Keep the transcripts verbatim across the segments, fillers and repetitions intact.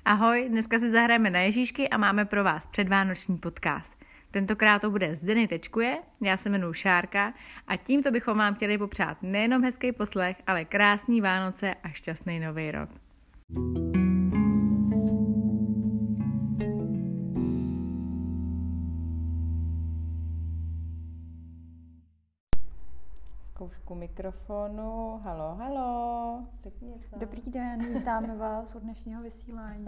Ahoj, dneska si zahrajeme na Ježíšky a máme pro vás předvánoční podcast. Tentokrát to bude z Denny tečkuje, já se jmenuji Šárka a tímto bychom vám chtěli popřát nejenom hezký poslech, ale krásný Vánoce a šťastný nový rok. Zkoušku mikrofonu, halo, halo, řekni něco. Dobrý den, vítáme vás u dnešního vysílání.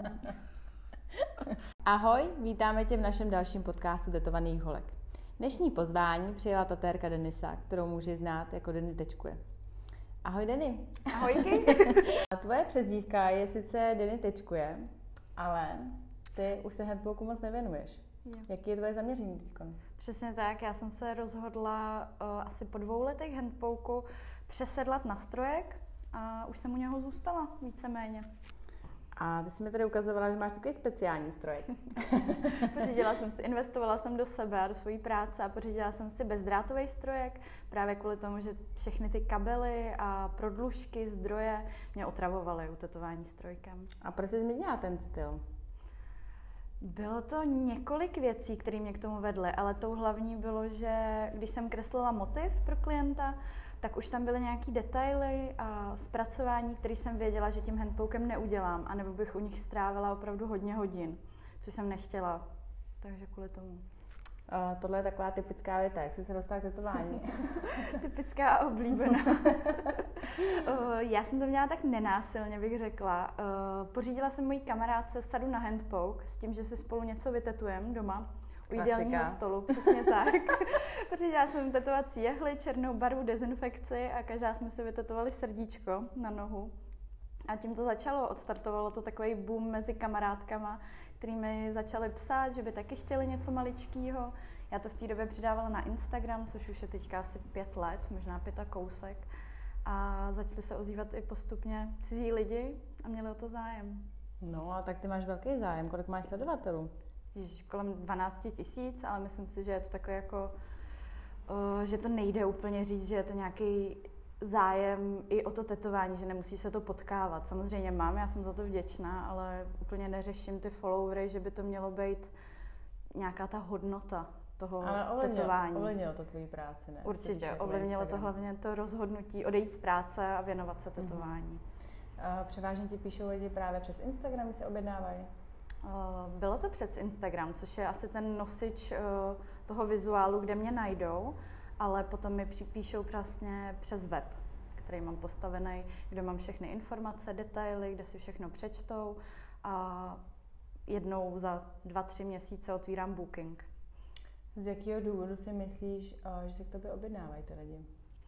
Ahoj, vítáme tě v našem dalším podcastu Tetovaných holek. Dnešní pozvání přijela tatérka Denisa, kterou může znát jako Denny tečkuje. Ahoj Denny. Ahojky. Tvoje přezdívka je sice Denny tečkuje, ale ty už se handpoku moc nevěnuješ. Jo. Jaký je tvoje zaměření teďko? Přesně tak, já jsem se rozhodla uh, asi po dvou letech handpoku přesedlat na strojek a už jsem u něho zůstala víceméně. A ty jsi mi tady ukazovala, že máš takový speciální strojek. Pořídila jsem si, investovala jsem do sebe a do své práce a pořídila jsem si bezdrátový strojek, právě kvůli tomu, že všechny ty kabely a prodlužky, zdroje mě otravovaly u tetování strojkem. A proč jsi změnila ten styl? Bylo to několik věcí, které mě k tomu vedly, ale tou hlavní bylo, že když jsem kreslila motiv pro klienta, tak už tam byly nějaký detaily a zpracování, které jsem věděla, že tím handpokem neudělám, anebo bych u nich strávila opravdu hodně hodin, což jsem nechtěla, takže kvůli tomu. Uh, tohle je taková typická věta, jak jsi se dostala k tetování. Typická a oblíbená. uh, já jsem to měla tak nenásilně, bych řekla. Uh, pořídila jsem mojí kamarádce sadu na handpoke s tím, že si spolu něco vytetujeme doma. U ideálního stolu, přesně tak. Pořídila jsem tetovací jehly, černou barvu, dezinfekci a každá jsme si vytetovali srdíčko na nohu. A tím to začalo, odstartovalo to takový boom mezi kamarádkama, kterými začali psát, že by taky chtěli něco maličkýho. Já to v té době přidávala na Instagram, což už je teďka asi pět let, možná pět a kousek. A začali se ozývat i postupně cizí lidi a měli o to zájem. No a tak ty máš velký zájem, kolik máš sledovatelů? Ježiš, kolem dvanáct tisíc, ale myslím si, že je to takové jako, uh, že to nejde úplně říct, že je to nějaký zájem i o to tetování, že nemusí se to potkávat. Samozřejmě mám, já jsem za to vděčná, ale úplně neřeším ty followery, že by to mělo být nějaká ta hodnota toho ale ovlivnilo, tetování. Ale ovlivnilo to tvoji práci, ne? Určitě, ovlivnilo to hlavně to rozhodnutí odejít z práce a věnovat se tetování. Mm-hmm. Převážně ti píšou lidi právě přes Instagram, se objednávají? Bylo to přes Instagram, což je asi ten nosič toho vizuálu, kde mě najdou, ale potom mi připíšou vlastně přes web, který mám postavený, kde mám všechny informace, detaily, kde si všechno přečtou a jednou za dva, tři měsíce otvírám booking. Z jakého důvodu si myslíš, že se k tobě objednávají ty lidi?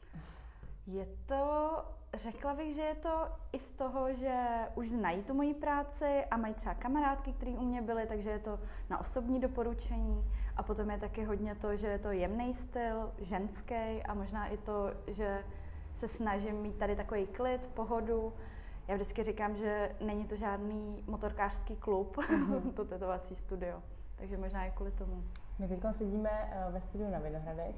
Je to, řekla bych, že je to i z toho, že už znají tu moji práci a mají třeba kamarádky, které u mě byly, takže je to na osobní doporučení a potom je taky hodně to, že je to jemný styl, ženský a možná i to, že se snažím mít tady takový klid, pohodu. Já vždycky říkám, že není to žádný motorkářský klub, mm-hmm. to tetovací studio, takže možná i kvůli tomu. My teď sedíme ve studiu na Vinohradech.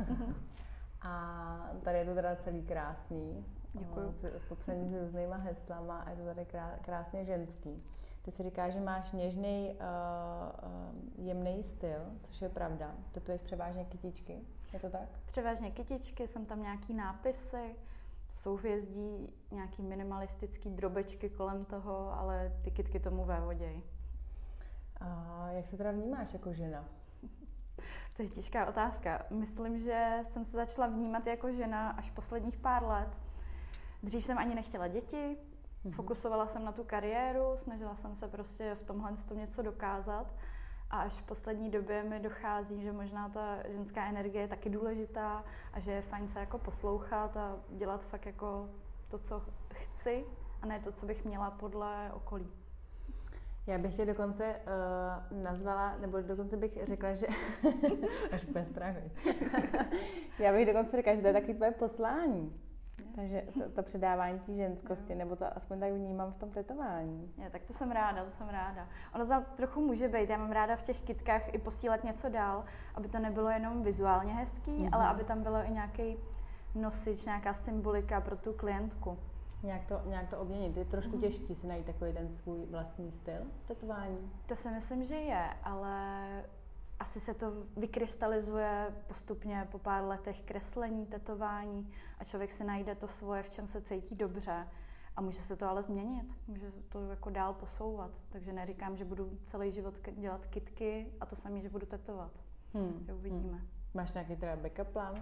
A tady je to teda celý krásný. Děkuju. S popsaný s různýma heslama a je to tady krásně ženský. Ty si říkáš, že máš něžný, uh, jemný styl, což je pravda. Tetuješ převážně kytičky, je to tak? Převážně kytičky, jsem tam nějaký nápisy, souhvězdí, nějaký minimalistický drobečky kolem toho, ale ty kytky tomu vévodějí. A jak se teda vnímáš jako žena? To je těžká otázka. Myslím, že jsem se začala vnímat jako žena až posledních pár let. Dřív jsem ani nechtěla děti, mm-hmm. fokusovala jsem na tu kariéru, snažila jsem se prostě v tomhle tom něco dokázat a až v poslední době mi dochází, že možná ta ženská energie je taky důležitá a že je fajn se jako poslouchat a dělat fakt jako to, co chci a ne to, co bych měla podle okolí. Já bych tě dokonce uh, nazvala, nebo dokonce bych řekla, že... Až bez strachu. Já bych dokonce řekla, že to je taky tvoje poslání. Takže to, to předávání té ženskosti, nebo to aspoň tak vnímám v tom tetování. Je, tak to jsem ráda, to jsem ráda. Ono to trochu může být, já mám ráda v těch kytkách i posílat něco dál, aby to nebylo jenom vizuálně hezký, mm-hmm. ale aby tam bylo i nějaký nosič, nějaká symbolika pro tu klientku. Nějak to, nějak to obměnit. Je trošku mm. těžký si najít takový ten svůj vlastní styl tetování. To si myslím, že je, ale asi se to vykrystalizuje postupně po pár letech kreslení, tetování a člověk si najde to svoje, v čem se cítí dobře. A může se to ale změnit, může se to jako dál posouvat. Takže neříkám, že budu celý život dělat kitky a to samé, že budu tetovat. Hmm. Jo, uvidíme. Hmm. Máš nějaký teda backup plán?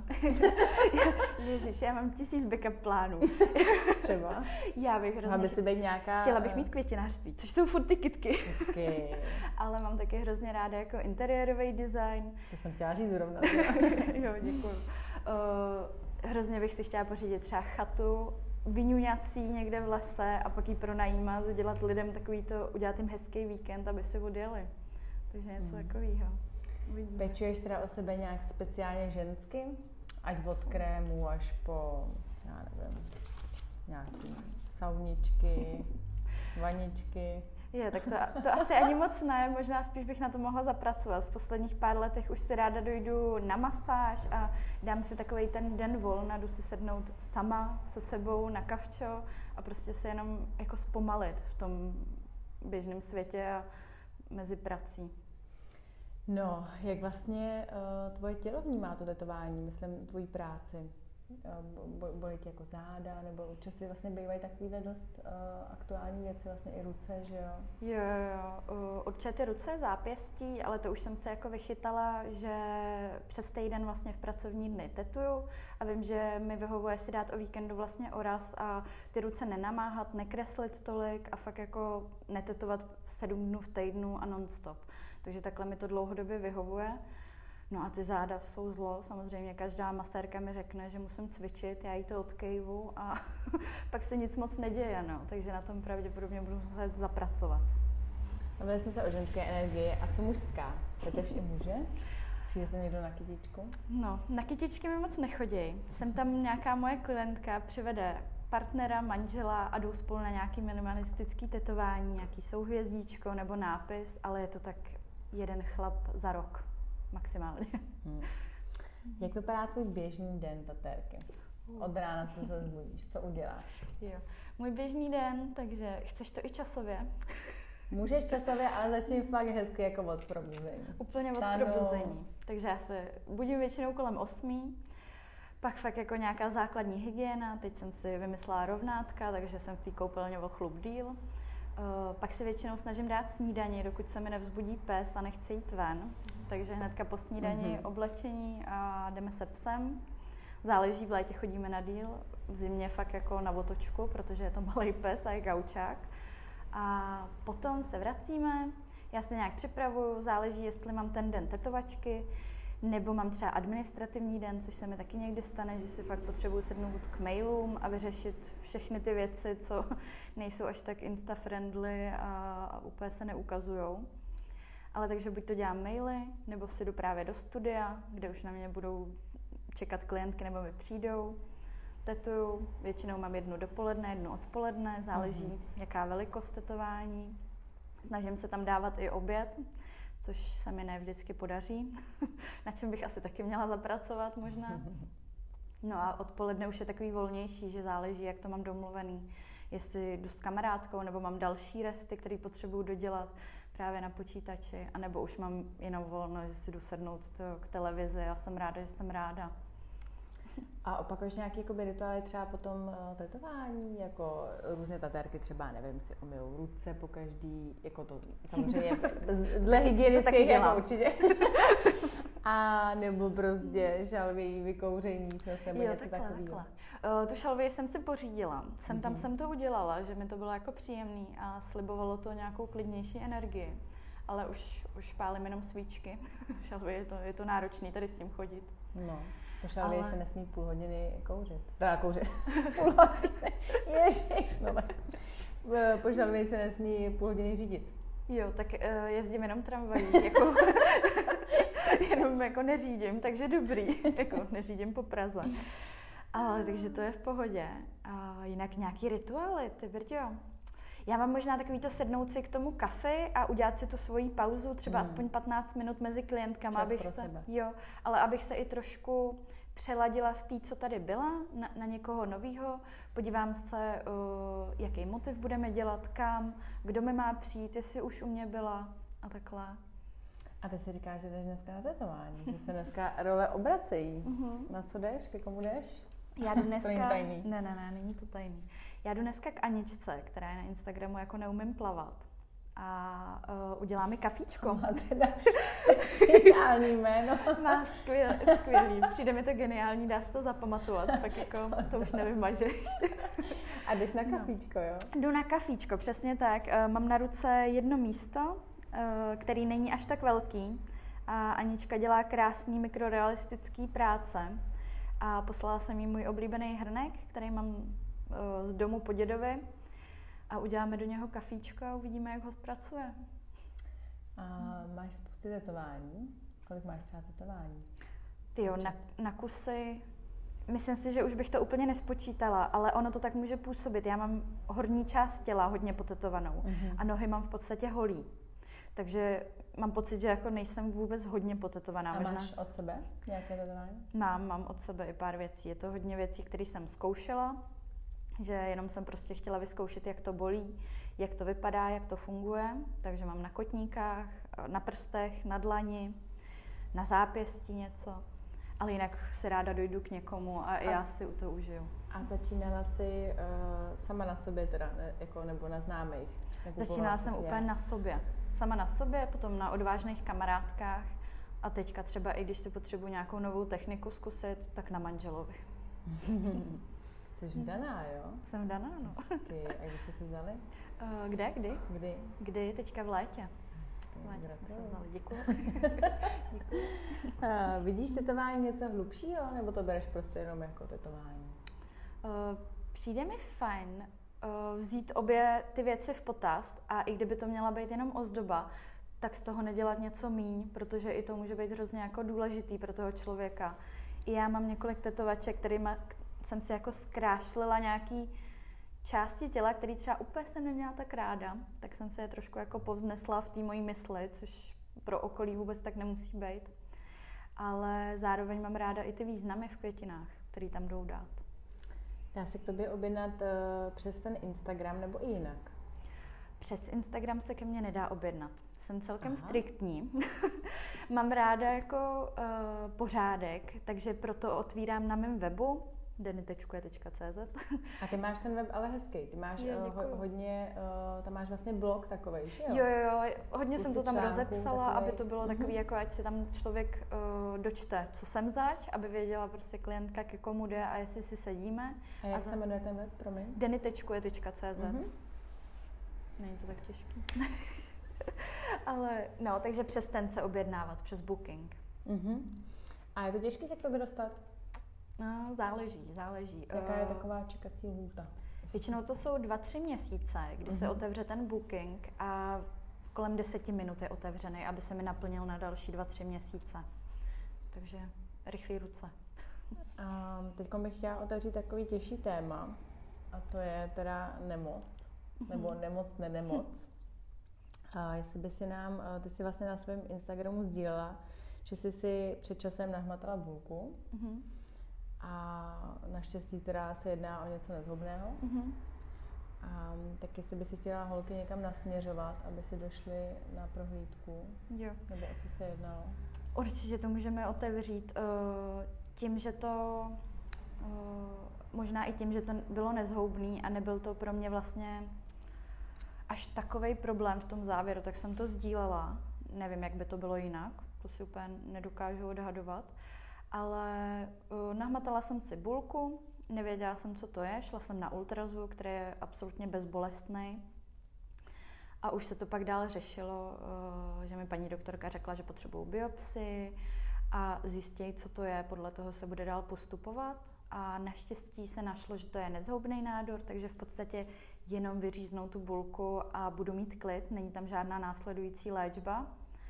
Ježiš, já mám tisíc backup plánů. Třeba? Já bych hrozně... Aby si být nějaká... Chtěla bych mít květinářství, což jsou furt ty kytky. Okay. Ale mám taky hrozně ráda jako interiérový design. To jsem chtěla říct zrovna. Jo, děkuju. Uh, hrozně bych si chtěla pořídit třeba chatu, vyňuňací někde v lese a pak ji pronajímat, dělat lidem takový to, udělat jim hezký víkend, aby si odjeli. Takže něco hmm. takového. Uvidíme. Pečuješ teda o sebe nějak speciálně žensky? Ať od krému až po, já nevím, nějaký sauničky, vaničky. Je, tak to, to asi ani moc ne, možná spíš bych na to mohla zapracovat. V posledních pár letech už si ráda dojdu na masáž a dám si takovej ten den volna, jdu si sednout sama se sebou na kavčo a prostě se jenom jako zpomalit v tom běžném světě a mezi prací. No, jak vlastně uh, tvoje tělo vnímá to tetování, myslím tvoji práci? Uh, bolí tě jako záda, nebo často vlastně bývají takovýhle dost uh, aktuální věci, vlastně i ruce, že jo? Jo, jo, uh, určitě ty ruce, zápěstí, ale to už jsem se jako vychytala, že přes týden vlastně v pracovní dny tetuju a vím, že mi vyhovuje si dát o víkendu vlastně oraz a ty ruce nenamáhat, nekreslit tolik a fakt jako netetovat sedm dnů v týdnu a non-stop. Takže takhle mi to dlouhodobě vyhovuje. No a ty záda jsou zlo, samozřejmě každá masérka mi řekne, že musím cvičit, já jí to odkejvu a pak se nic moc neděje, no. Takže na tom pravděpodobně budu muset zapracovat. Mluvili jsme se o ženské energii, a co mužská? Tetuješ i muže? Přijde se někdo na kytičku? No, na kytičky mi moc nechodí. Jsem tam nějaká moje klientka, přivede partnera, manžela a jdou spolu na nějaký minimalistický tetování, nějaký souhvězdíčko nebo nápis, ale je to tak jeden chlap za rok. Maximálně. Hmm. Jak vypadá tvůj běžný den tatérky? Od rána, co se zbudíš, co uděláš? Jo. Můj běžný den, takže chceš to i časově? Můžeš časově, ale začni fakt hezky jako od probuzení. Úplně od Stánu. probuzení. Takže já se budím většinou kolem osmí, pak fakt jako nějaká základní hygiena, teď jsem si vymyslela rovnátka, takže jsem v té koupelně o chlup díl. Uh, pak si většinou snažím dát snídani, dokud se mi nevzbudí pes a nechci jít ven. Takže hnedka po snídani mm-hmm. oblečení a jdeme se psem. Záleží, v létě chodíme na díl, v zimě fakt jako na otočku, protože je to malý pes a je gaučák. A potom se vracíme, já se nějak připravuju, záleží, jestli mám ten den tetovačky, nebo mám třeba administrativní den, což se mi taky někdy stane, že si fakt potřebuju sednout k mailům a vyřešit všechny ty věci, co nejsou až tak insta-friendly a úplně se neukazujou. Ale takže buď to dělám maily, nebo si jdu právě do studia, kde už na mě budou čekat klientky nebo mi přijdou. Tetuju, většinou mám jednu dopoledne, jednu odpoledne, záleží, mm-hmm. jaká velikost tetování. Snažím se tam dávat i oběd, což se mi ne vždycky podaří, na čem bych asi taky měla zapracovat možná. No a odpoledne už je takový volnější, že záleží, jak to mám domluvený. Jestli jdu s kamarádkou, nebo mám další resty, které potřebuju dodělat právě na počítači, anebo už mám jenom volno, že si jdu sednout to k televizi a jsem ráda, že jsem ráda. A opakuješ nějaké jakoby rituály třeba potom uh, tetování, jako různé tatérky třeba, nevím, si umyjou ruce po každý, jako to samozřejmě dle hygienických jako určitě. A nebo prostě žalví, vykouření, nebo jo, něco takového. Uh, tu šalvii jsem si pořídila. Jsem mm-hmm. tam jsem to udělala, že mi to bylo jako příjemný a slibovalo to nějakou klidnější energii. Ale už, už pálím jenom svíčky. Šalvie je to, je to náročný tady s tím chodit. No. Po šalvii ale... se nesmí půl hodiny kouřit. Teda kouřit. Půl hodiny. Ježiš, no tak. Po šalvii se nesmí půl hodiny řídit. Jo, tak uh, jezdím jenom tramvají, jako jenom jako neřídím, takže dobrý, jako neřídím po Praze. Ale takže to je v pohodě. A jinak nějaký rituály, ty brďo. Já mám možná takový to sednout si k tomu kafi a udělat si tu svoji pauzu, třeba mm. aspoň patnáct minut mezi klientkama, Čas abych se, jo, ale abych se i trošku přeladila z té, co tady byla, na, na někoho novýho, podívám se, uh, jaký motiv budeme dělat, kam, kdo mi má přijít, jestli už u mě byla a takhle. A ty si říkáš, že jdeš dneska na tetování, že se dneska role obracejí. Uh-huh. Na co jdeš, ke komu jdeš? Já jdu dneska... To není tajný. Ne, ne, ne, není to tajný. Já jdu dneska k Aničce, která je na Instagramu jako Neumím plavat. A uh, udělá mi kafíčko. Má teda speciální jméno. Má skvěl, skvělý. Přijde mi to geniální, dá se to zapamatovat, pak jako to už nevymažeš. A jdeš na kafíčko, jo? Jdu na kafíčko, přesně tak. Uh, mám na ruce jedno místo, uh, který není až tak velký. A Anička dělá krásný mikrorealistický práce. A poslala jsem jí můj oblíbený hrnek, který mám uh, z domu po dědovi. A uděláme do něho kafíčko a uvidíme, jak ho zpracuje. A máš spousty tetování? Kolik máš třeba tetování? Tyjo, na, na kusy, myslím si, že už bych to úplně nespočítala, ale ono to tak může působit. Já mám horní část těla hodně potetovanou mm-hmm. a nohy mám v podstatě holí. Takže mám pocit, že jako nejsem vůbec hodně potetovaná. A Možná... máš od sebe nějaké tetování? Mám, mám od sebe i pár věcí. Je to hodně věcí, které jsem zkoušela, že jenom jsem prostě chtěla vyzkoušet, jak to bolí, jak to vypadá, jak to funguje. Takže mám na kotníkách, na prstech, na dlani, na zápěstí něco. Ale jinak si ráda dojdu k někomu a, a já si u toho užiju. A začínala jsi uh, sama na sobě teda, ne, jako, nebo na známých? Začínala jsem úplně na sobě. Sama na sobě, potom na odvážných kamarádkách a teďka třeba i když si potřebuji nějakou novou techniku zkusit, tak na manželovi. Jsi vdaná, jo? Jsem vdaná, no. Hezky. A kdy jste se vzali? Uh, kde, kdy? Kdy? Kdy, teďka v létě. V létě Gratuluju. jsme se vzali, děkuji. Děkuji. Uh, vidíš tetování něco hlubšího, nebo to bereš prostě jenom jako tetování? Uh, přijde mi fajn uh, vzít obě ty věci v potaz a i kdyby to měla být jenom ozdoba, tak z toho nedělat něco míň, protože i to může být hrozně jako důležitý pro toho člověka. I já mám několik tetovaček, kterýma jsem si jako zkrášlila nějaký části těla, který třeba úplně jsem neměla tak ráda, tak jsem se je trošku jako povznesla v té mojí mysli, což pro okolí vůbec tak nemusí být. Ale zároveň mám ráda i ty významy v květinách, které tam jdou dát. Dá se k tobě objednat uh, přes ten Instagram nebo i jinak? Přes Instagram se ke mně nedá objednat. Jsem celkem Aha. striktní. Mám ráda jako uh, pořádek, takže proto otvírám na mém webu denny tečka e tečka cé zet. A ty máš ten web ale hezký, ty máš Je, uh, ho, hodně, uh, tam máš vlastně blog takovej, že jo? Jo, jo, jo, hodně Spoustu jsem to tam článků, rozepsala, takovej. aby to bylo takový, mm-hmm. jako ať si tam člověk uh, dočte, co jsem zač, aby věděla prostě klientka, ke komu jde a jestli si sedíme. A jak a se jmenuje ten web, promiň? denny tečka e tečka cé zet. Mm-hmm. Není to tak těžký. Ale no, takže přes ten se objednávat, přes booking. Mm-hmm. A je to těžké se k tobě dostat? No, záleží, záleží. Jaká je Uh, taková čekací lhůta? Většinou to jsou dva, tři měsíce, kdy mm-hmm. se otevře ten booking a kolem deseti minut je otevřený, aby se mi naplnil na další dva, tři měsíce. Takže rychlý ruce. A teď bych chtěla otevřít takový těžší téma, a to je teda nemoc, mm-hmm. nebo nemoc, nenemoc. A jestli by si nám, ty jsi vlastně na svém Instagramu sdílela, že jsi si před časem nahmatala bulku mm-hmm. a naštěstí teda se jedná o něco nezhoubného. Mm-hmm. A tak jestli by si chtěla holky někam nasměřovat, aby si došly na prohlídku, Jo. nebo o co se jednalo? Určitě to můžeme otevřít uh, tím, že to uh, možná i tím, že to bylo nezhoubný a nebyl to pro mě vlastně až takovej problém v tom závěru, tak jsem to sdílela. Nevím, jak by to bylo jinak, to si úplně nedokážu odhadovat, ale uh, nahmatala jsem si bulku, nevěděla jsem, co to je, šla jsem na ultrazvuk, který je absolutně bezbolestný. A už se to pak dál řešilo, uh, že mi paní doktorka řekla, že potřebuju biopsii a zjistí, co to je, podle toho se bude dál postupovat. A naštěstí se našlo, že to je nezhoubný nádor, takže v podstatě jenom vyříznou tu bulku a budu mít klid, není tam žádná následující léčba.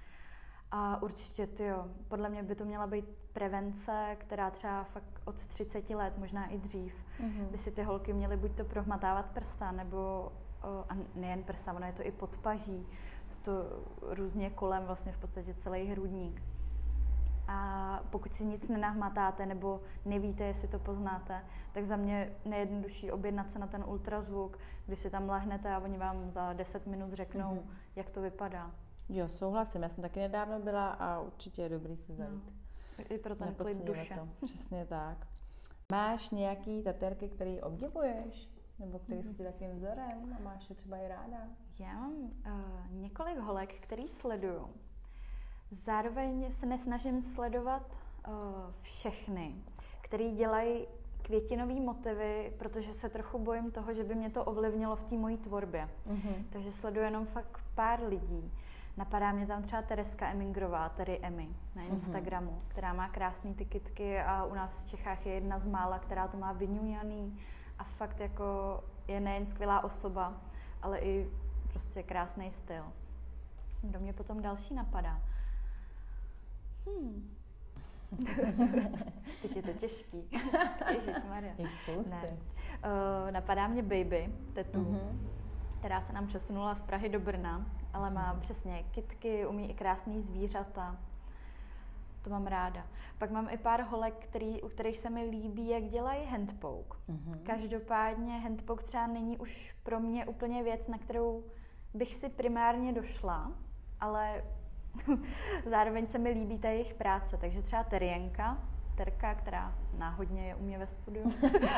A určitě, tyjo, podle mě by to měla být prevence, která třeba fakt od třiceti let, možná i dřív, mm-hmm. by si ty holky měly buď to prohmatávat prsa, nebo a nejen prsa, ono je to i podpaží, jsou to různě kolem vlastně v podstatě celý hrudník. A pokud si nic nenahmatáte nebo nevíte, jestli to poznáte, tak za mě nejjednodušší objednat se na ten ultrazvuk, kdy si tam lehnete a oni vám za deset minut řeknou, mm-hmm. jak to vypadá. Jo, souhlasím. Já jsem taky nedávno byla a určitě je dobrý si zajít. No, i pro ten klid duše. To. Přesně tak. Máš nějaký tatérky, který obdivuješ? Nebo který jsou ti takým vzorem a máš je třeba i ráda? Já mám uh, několik holek, který sleduju. Zároveň se nesnažím sledovat uh, všechny, který dělají květinový motivy, protože se trochu bojím toho, že by mě to ovlivnilo v té mojí tvorbě. Mm-hmm. Takže sleduju jenom fakt pár lidí. Napadá mě tam třeba Tereska Emingrová, tedy Emi, na Instagramu, mm-hmm. která má krásné ty kytky a u nás v Čechách je jedna z mála, která to má vyňuňaný a fakt jako je nejen skvělá osoba, ale i prostě krásný styl. Kdo mě potom další napadá? Hmm. Teď je to těžký. Ježišmarja. Ne. Uh, napadá mě Baby, tetu, mm-hmm. která se nám přesunula z Prahy do Brna, ale má přesně kytky, umí i krásný zvířata. To mám ráda. Pak mám i pár holek, který, u kterých se mi líbí, jak dělají handpoke. Mm-hmm. Každopádně handpoke třeba není už pro mě úplně věc, na kterou bych si primárně došla, ale zároveň se mi líbí ta jejich práce. Takže třeba Terienka, Terka, která náhodně je u mě ve studiu.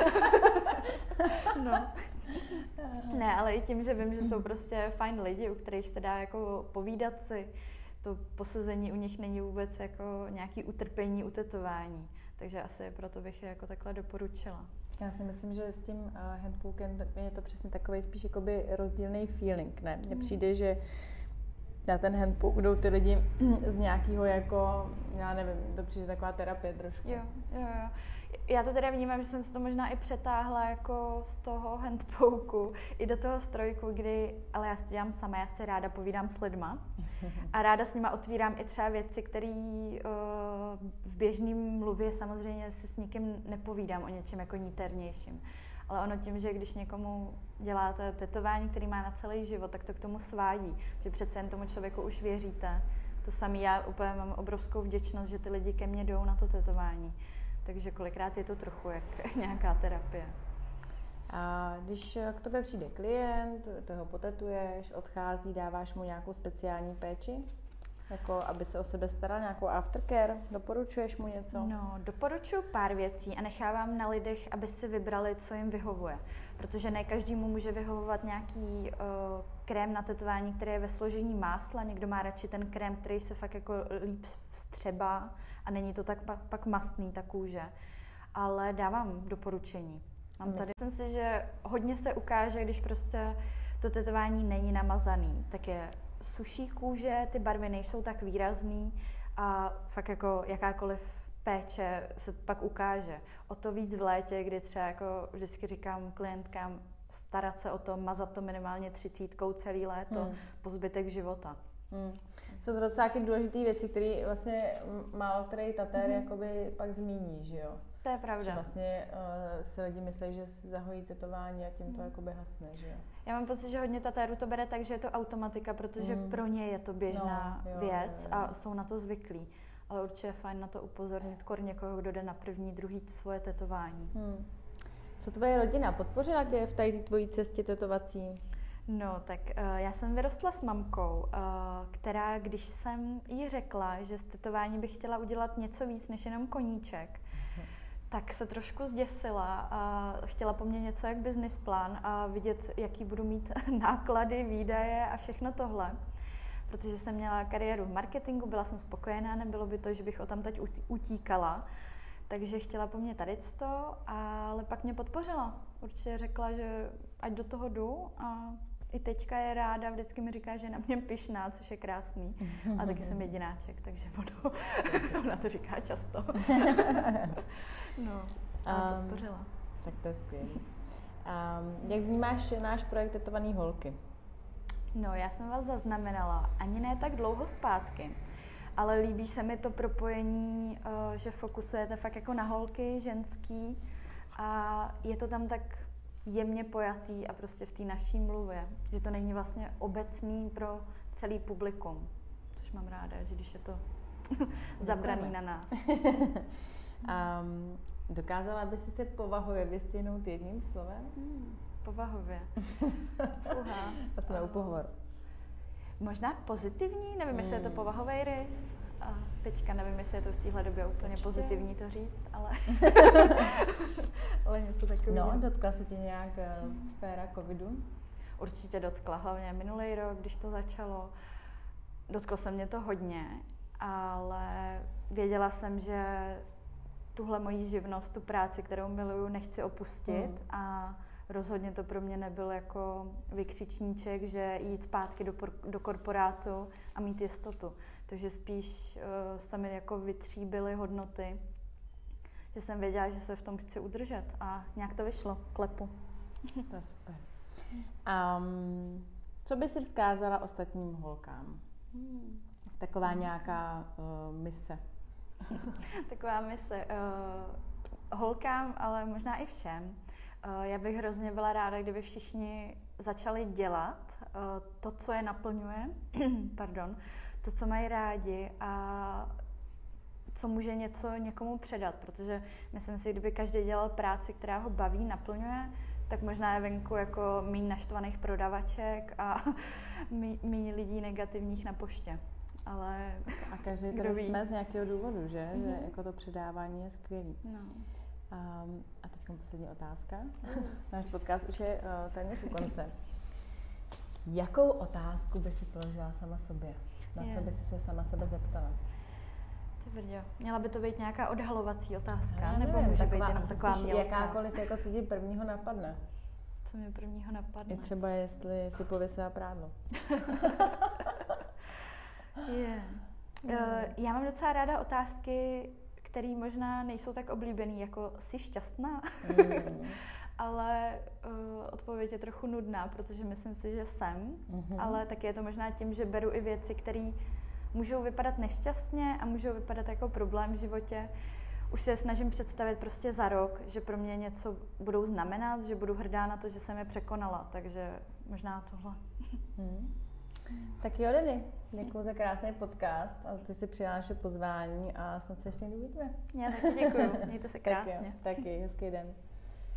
No. Ne, ale i tím, že vím, že jsou prostě fajn lidi, u kterých se dá jako povídat si. To posezení u nich není vůbec jako nějaký utrpení, utetování. Takže asi proto bych je jako takhle doporučila. Já si myslím, že s tím uh, handpokem je to přesně takový spíš jakoby rozdílný feeling, ne? Mně přijde, že na ten handpoke jdou ty lidi z nějakého jako, já nevím, to přijde taková terapie trošku. Jo, jo, jo. Já to teda vnímám, že jsem se to možná i přetáhla jako z toho handpoku i do toho strojku, kdy, ale já si to dělám sama, já si ráda povídám s lidma a ráda s nima otvírám i třeba věci, které uh, v běžném mluvě samozřejmě si s nikým nepovídám o něčem jako niternějším. Ale ono tím, že když někomu děláte tetování, který má na celý život, tak to k tomu svádí, že přece jen tomu člověku už věříte. To samé já úplně mám obrovskou vděčnost, že ty lidi ke mně jdou na to tetování. Takže kolikrát je to trochu jak nějaká terapie. A když k tobě přijde klient, ty ho potetuješ, odchází, dáváš mu nějakou speciální péči? Jako, aby se o sebe staral, nějakou aftercare? Doporučuješ mu něco? No, doporučuji pár věcí a nechávám na lidech, aby si vybrali, co jim vyhovuje. Protože ne každému může vyhovovat nějaký uh, krém na tetování, který je ve složení másla. Někdo má radši ten krém, který se fakt jako líp vstřebá a není to tak pak, pak mastný, ta kůže. Ale dávám doporučení. Mám tady, myslím si, že hodně se ukáže, když prostě to tetování není namazaný, tak je suší kůže, ty barvy nejsou tak výrazný a fakt jako jakákoliv péče se pak ukáže. O to víc v létě, kdy třeba jako vždycky říkám klientkám starat se o to, mazat to minimálně třicítkou celý léto, hmm. po zbytek života. Hmm. Jsou to docela taky důležité věci, které vlastně málo který tatér hmm. jakoby pak zmíní, že jo? To je pravda. Že vlastně uh, si lidi myslí, že si zahojí tetování a tím to jakoby hasne, že jo? Já mám pocit, že hodně tatérů to bere tak, že je to automatika, protože mm. pro ně je to běžná no, jo, věc jo, jo. a jsou na to zvyklí. Ale určitě je fajn na to upozornit kor někoho, kdo jde na první, druhý svoje tetování. Hmm. Co tvoje rodina podpořila tě v té tvojí cestě tetovací? No, tak uh, já jsem vyrostla s mamkou, uh, která, když jsem jí řekla, že z tetování bych chtěla udělat něco víc než jenom koníček, hmm. tak se trošku zděsila a chtěla po mně něco jak business plán a vidět, jaký budu mít náklady, výdaje a všechno tohle. Protože jsem měla kariéru v marketingu, byla jsem spokojená, nebylo by to, že bych o tam teď utíkala. Takže chtěla po mně tady to, ale pak mě podpořila. Určitě řekla, že ať do toho jdu a i teďka je ráda, vždycky mi říká, že je na mě pyšná, což je krásný. A taky jsem jedináček, takže budu, ona to říká často. No, a um, podpořila. Tak to je skvělé. Um, jak vnímáš náš projekt Tetovaný holky? No, já jsem vás zaznamenala ani ne tak dlouho zpátky, ale líbí se mi to propojení, že fokusujete fakt jako na holky, ženský a je to tam tak jemně pojatý a prostě v té naší mluvě, že to není vlastně obecný pro celý publikum, což mám ráda, že když je to zabraný na nás. um, dokázala by si se povahově vystihnout jedním slovem? Hmm, povahově. Uha. A jsme u pohovoru. Možná pozitivní, nevím, jestli je to povahový rys. A teďka nevím, jestli je to v téhle době úplně Určitě. pozitivní to říct, ale, ale něco No, takového. dotkla se tě nějak uh, sféra covidu? Určitě dotkla, hlavně minulý rok, když to začalo. Dotklo se mě to hodně, ale věděla jsem, že tuhle moji živnost, tu práci, kterou miluju, nechci opustit mm. a rozhodně to pro mě nebyl jako vykřičníček, že jít zpátky do, do korporátu a mít jistotu. Takže spíš uh, se mi jako vytříbily hodnoty, že jsem věděla, že se v tom chci udržet a nějak to vyšlo, klepu. To je super. Um, co by si vzkázala ostatním holkám? Hmm. Taková nějaká uh, mise. Taková mise. Uh, holkám, ale možná i všem. Uh, já bych hrozně byla ráda, kdyby všichni začali dělat uh, to, co je naplňuje, pardon, to, co mají rádi a co může něco někomu předat, protože myslím si, kdyby každý dělal práci, která ho baví, naplňuje, tak možná je venku jako míň naštvaných prodavaček a míň lidí negativních na poště. Ale a každý tady jsme z nějakého důvodu, že? Mm-hmm. Že jako to předávání je skvělý. No. Um, a teď poslední otázka. Mm. Náš podcast už je uh, téměř u konce. Jakou otázku by si položila sama sobě? Na je. co by si se sama sebe zeptala? Tvrdě. Měla by to být nějaká odhalovací otázka, Já nebo nevím, může taková, být jenom taková mělká? Jakákoliv, jako co ti prvního napadne. Co mi prvního napadne? I třeba jestli si pověsila prádlo. Yeah. Uh, já mám docela ráda otázky, které možná nejsou tak oblíbený, jako jsi šťastná, mm. ale uh, odpověď je trochu nudná, protože myslím si, že jsem, mm-hmm. ale taky je to možná tím, že beru i věci, které můžou vypadat nešťastně a můžou vypadat jako problém v životě. Už se snažím představit prostě za rok, že pro mě něco budou znamenat, že budu hrdá na to, že jsem je překonala, takže možná tohle. Mm. Tak jo, Dedy, děkuji za krásný podcast a ty si přijala naše pozvání a snad se ještě někdy uvidíme. Já taky děkuji, mějte se krásně. Tak jo, taky, hezký den.